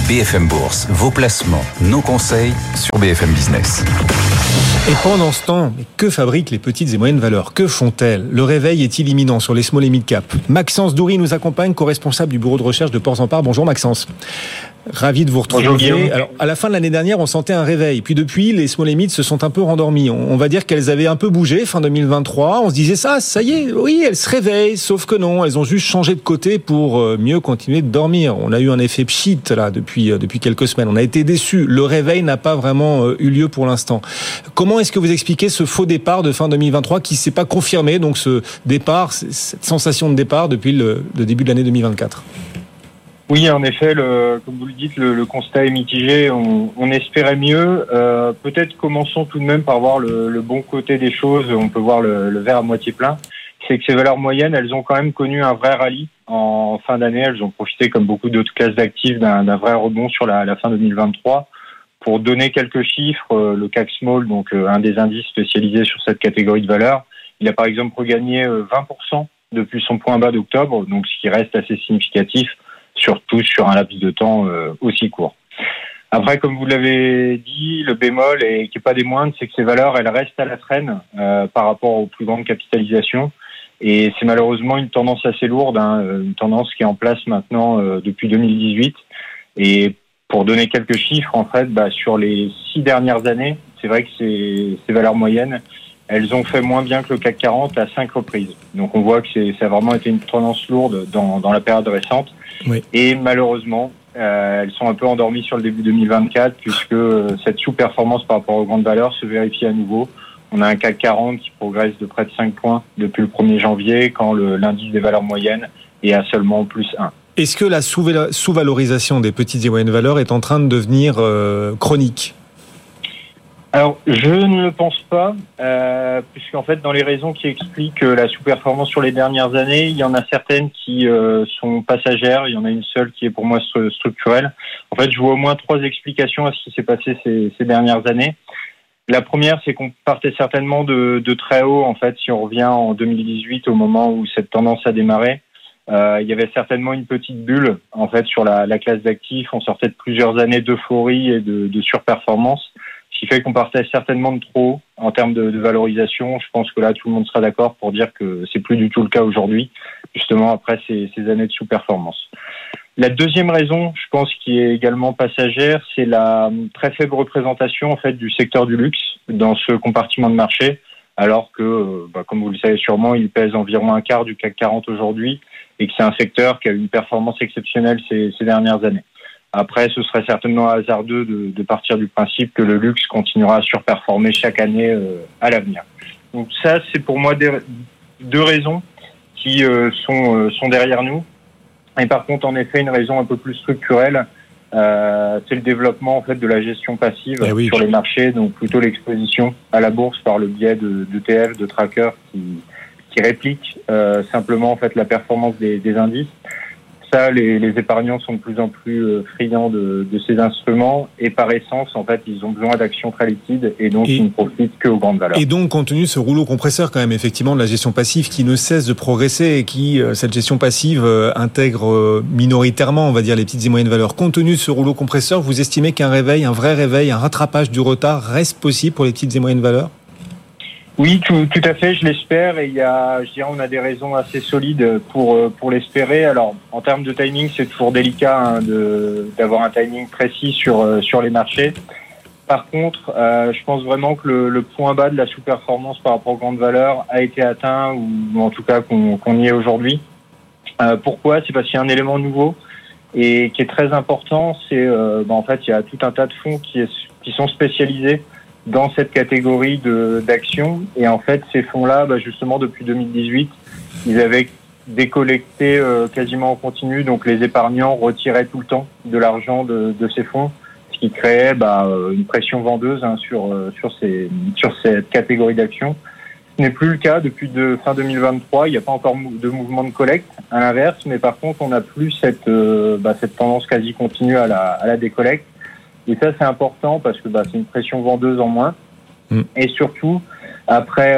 BFM Bourse, vos placements, nos conseils sur BFM Business. Et pendant ce temps, que fabriquent les petites et moyennes valeurs? Que font-elles? Le réveil est-il imminent sur les small et mid cap? Maxence Doury nous accompagne, co-responsable du bureau de recherche de Ports-en-Par. Bonjour Maxence. Ravi de vous retrouver. Bonjour Guillaume. Alors, à la fin de l'année dernière, on sentait un réveil. Puis depuis, les small et mid se sont un peu rendormis. On va dire qu'elles avaient un peu bougé fin 2023. On se disait ça y est, oui, elles se réveillent. Sauf que non, elles ont juste changé de côté pour mieux continuer de dormir. On a eu un effet pchit là depuis quelques semaines. On a été déçus. Le réveil n'a pas vraiment eu lieu pour l'instant. Comment est-ce que vous expliquez ce faux départ de fin 2023 qui s'est pas confirmé? Donc ce départ, cette sensation de départ depuis le début de l'année 2024. Oui, en effet, comme vous le dites, le constat est mitigé. On espérait mieux. Peut-être commençons tout de même par voir le bon côté des choses. On peut voir le verre à moitié plein. C'est que ces valeurs moyennes, elles ont quand même connu un vrai rallye en fin d'année. Elles ont profité, comme beaucoup d'autres classes d'actifs, d'un vrai rebond sur la fin 2023. Pour donner quelques chiffres, le CAC Small, donc un des indices spécialisés sur cette catégorie de valeurs, il a par exemple regagné 20% depuis son point bas d'octobre, donc ce qui reste assez significatif, surtout sur un laps de temps aussi court. Après, comme vous l'avez dit, le bémol, et qui n'est pas des moindres, c'est que ces valeurs, elles restent à la traîne par rapport aux plus grandes capitalisations. Et c'est malheureusement une tendance assez lourde, une tendance qui est en place maintenant depuis 2018. Et pour donner quelques chiffres, en fait, sur les 6 dernières années, c'est vrai que ces valeurs moyennes, elles ont fait moins bien que le CAC 40 à 5 reprises. Donc on voit que ça a vraiment été une tendance lourde dans la période récente. Oui. Et malheureusement, elles sont un peu endormies sur le début 2024 puisque cette sous-performance par rapport aux grandes valeurs se vérifie à nouveau. On a un CAC 40 qui progresse de près de 5 points depuis le 1er janvier quand l'indice des valeurs moyennes est à seulement plus 1. Est-ce que la sous-valorisation des petites et moyennes valeurs est en train de devenir chronique? Alors, je ne le pense pas, puisqu'en fait, dans les raisons qui expliquent la sous-performance sur les dernières années, il y en a certaines qui sont passagères, il y en a une seule qui est pour moi structurelle. En fait, je vois au moins 3 explications à ce qui s'est passé ces dernières années. La première, c'est qu'on partait certainement de très haut. En fait, si on revient en 2018, au moment où cette tendance a démarré, il y avait certainement une petite bulle en fait sur la classe d'actifs. On sortait de plusieurs années d'euphorie et de surperformance. Ce qui fait qu'on partait certainement de trop haut en termes de valorisation. Je pense que là, tout le monde sera d'accord pour dire que c'est plus du tout le cas aujourd'hui, justement après ces années de sous-performance. La deuxième raison, je pense, qui est également passagère, c'est la très faible représentation en fait du secteur du luxe dans ce compartiment de marché, alors que, comme vous le savez sûrement, il pèse environ un quart du CAC 40 aujourd'hui et que c'est un secteur qui a eu une performance exceptionnelle ces dernières années. Après, ce serait certainement hasardeux de partir du principe que le luxe continuera à surperformer chaque année à l'avenir. Donc ça, c'est pour moi deux raisons qui sont derrière nous. Et par contre, en effet, une raison un peu plus structurelle, c'est le développement en fait de la gestion passive sur les marchés, donc plutôt l'exposition à la bourse par le biais d'ETF, de trackers qui répliquent simplement en fait la performance des indices. Ça, les épargnants sont de plus en plus friands de ces instruments et par essence, en fait, ils ont besoin d'actions très liquides et donc ils ne profitent qu'aux grandes valeurs. Et donc, compte tenu de ce rouleau compresseur quand même, effectivement, de la gestion passive qui ne cesse de progresser et qui, cette gestion passive, intègre minoritairement, on va dire, les petites et moyennes valeurs. Compte tenu de ce rouleau compresseur, vous estimez qu'un réveil, un vrai réveil, un rattrapage du retard reste possible pour les petites et moyennes valeurs? Oui, tout à fait, je l'espère et on a des raisons assez solides pour l'espérer. Alors, en termes de timing, c'est toujours délicat d'avoir un timing précis sur les marchés. Par contre, je pense vraiment que le point bas de la sous-performance par rapport aux grandes valeurs a été atteint ou en tout cas qu'on y est aujourd'hui. Pourquoi? C'est parce qu'il y a un élément nouveau et qui est très important. C'est en fait, il y a tout un tas de fonds qui sont spécialisés dans cette catégorie d'actions. Et en fait, ces fonds-là, justement, depuis 2018, ils avaient décollecté quasiment en continu. Donc, les épargnants retiraient tout le temps de l'argent de ces fonds, ce qui créait une pression vendeuse sur cette catégorie d'actions. Ce n'est plus le cas depuis fin 2023. Il n'y a pas encore de mouvement de collecte, à l'inverse. Mais par contre, on n'a plus cette tendance quasi continue à la décollecte. Et ça, c'est important parce que c'est une pression vendeuse en moins. Et surtout, après,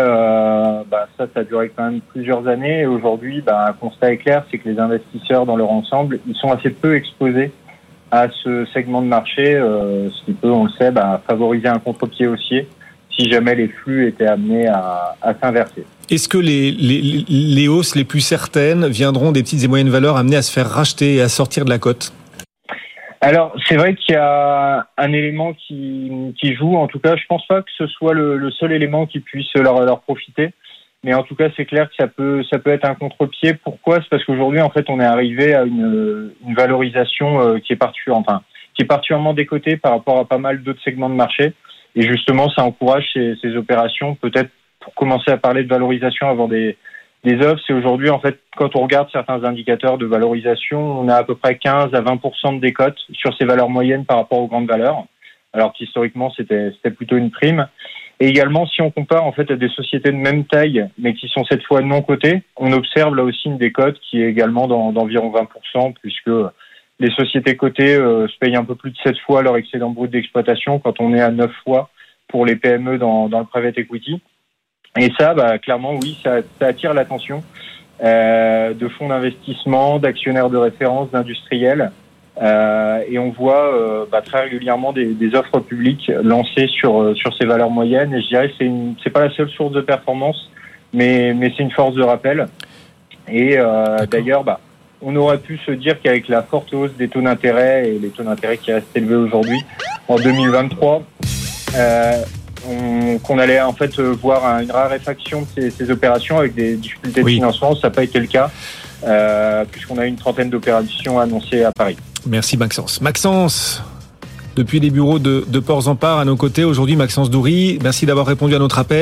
ça a duré quand même plusieurs années. Et aujourd'hui, un constat est clair, c'est que les investisseurs dans leur ensemble, ils sont assez peu exposés à ce segment de marché, ce qui peut, on le sait, favoriser un contre-pied haussier si jamais les flux étaient amenés à s'inverser. Est-ce que les hausses les plus certaines viendront des petites et moyennes valeurs amenées à se faire racheter et à sortir de la cote ? Alors, c'est vrai qu'il y a un élément qui joue. En tout cas, je pense pas que ce soit le seul élément qui puisse leur profiter. Mais en tout cas, c'est clair que ça peut être un contre-pied. Pourquoi ? C'est parce qu'aujourd'hui, en fait, on est arrivé à une valorisation qui est particulièrement décotée par rapport à pas mal d'autres segments de marché. Et justement, ça encourage ces opérations. Peut-être pour commencer à parler de valorisation avant des offres, c'est aujourd'hui, en fait, quand on regarde certains indicateurs de valorisation, on a à peu près 15 à 20% de décote sur ces valeurs moyennes par rapport aux grandes valeurs. Alors qu'historiquement, c'était plutôt une prime. Et également, si on compare en fait à des sociétés de même taille, mais qui sont cette fois non cotées, on observe là aussi une décote qui est également d'environ 20%, puisque les sociétés cotées se payent un peu plus de 7 fois leur excédent brut d'exploitation, quand on est à 9 fois pour les PME dans le private equity. Et ça, clairement, oui, ça attire l'attention de fonds d'investissement, d'actionnaires de référence, d'industriels. Et on voit très régulièrement des offres publiques lancées sur ces valeurs moyennes. Et je dirais que c'est pas la seule source de performance, mais c'est une force de rappel. Et d'ailleurs, on aurait pu se dire qu'avec la forte hausse des taux d'intérêt et les taux d'intérêt qui restent élevés aujourd'hui en 2023, qu'on allait en fait voir une raréfaction de ces opérations avec des difficultés de financement. Ça n'a pas été le cas, puisqu'on a une trentaine d'opérations annoncées à Paris. Merci Maxence. Maxence, depuis les bureaux de Ports en Par à nos côtés aujourd'hui, Maxence Doury, merci d'avoir répondu à notre appel.